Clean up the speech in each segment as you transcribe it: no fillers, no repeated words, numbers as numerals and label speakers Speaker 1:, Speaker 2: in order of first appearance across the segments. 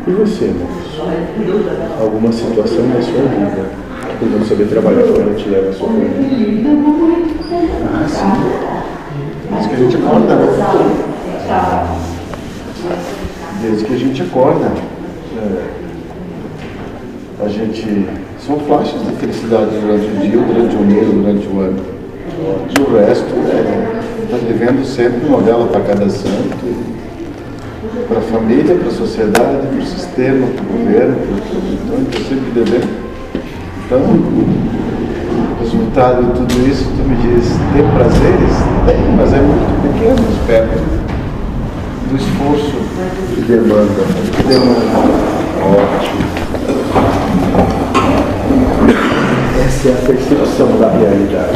Speaker 1: E você, Marcos? Alguma situação na sua vida, por não saber trabalhar fora, te leva a sua família?
Speaker 2: Ah, sim. Desde que a gente acorda, né? Desde que a gente acorda. A gente... São flashes de felicidade durante o dia, durante o mês, durante o ano. E o resto está devendo sempre uma vela para cada santo. Para a família, para a sociedade, para o sistema, para o governo, para tudo. Então, a gente está sempre devendo. Então, o resultado de tudo isso, tu me diz, tem prazeres? Tem, mas é muito pequeno perto do esforço
Speaker 1: Que demanda.
Speaker 2: Ótimo.
Speaker 1: Essa é a percepção da realidade.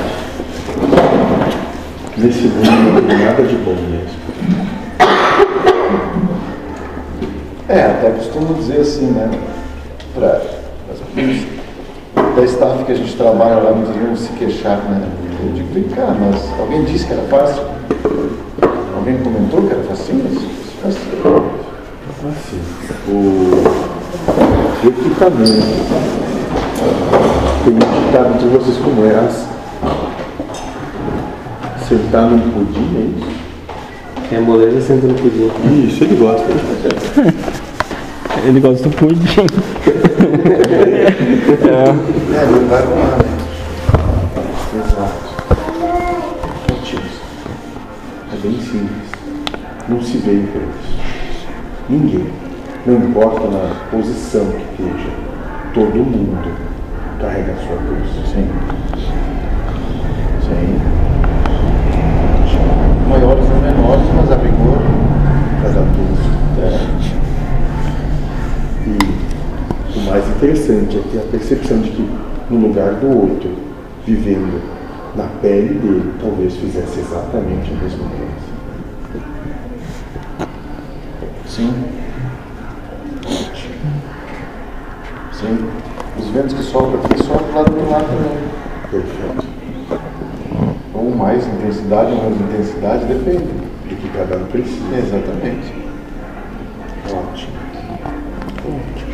Speaker 1: Nesse mundo não tem nada de bom mesmo.
Speaker 2: Até costumo dizer assim, né? Para as pessoas da staff que a gente trabalha lá, muitas vezes se queixar, né? Eu digo, vem cá, mas alguém disse que era fácil? Alguém comentou que era fácil?
Speaker 1: Assim, o equipamento. Tem um ditado de vocês como é sentar num pudim, é isso?
Speaker 3: É a moleza senta no pudim.
Speaker 1: Isso, ele gosta.
Speaker 3: Ele gosta do pudim.
Speaker 2: Ele vai com lá, né?
Speaker 1: Exato. Otimista. É bem simples. Não se vê empresas. Ninguém. Não importa na posição que esteja. Todo mundo carrega a sua cruz.
Speaker 2: Sim. Sim. Maiores ou menores, mas a rigor,
Speaker 1: Cada cruz. E o mais interessante é que a percepção de que no lugar do outro, vivendo na pele dele, talvez fizesse exatamente a mesma coisa.
Speaker 2: Sim. Sim. Os ventos que sopram aqui sopram lá do lado também.
Speaker 1: Perfeito.
Speaker 2: Ou mais intensidade ou menos intensidade, depende.
Speaker 1: Do que cada um precisa.
Speaker 2: Exatamente.
Speaker 1: Ótimo. Ótimo.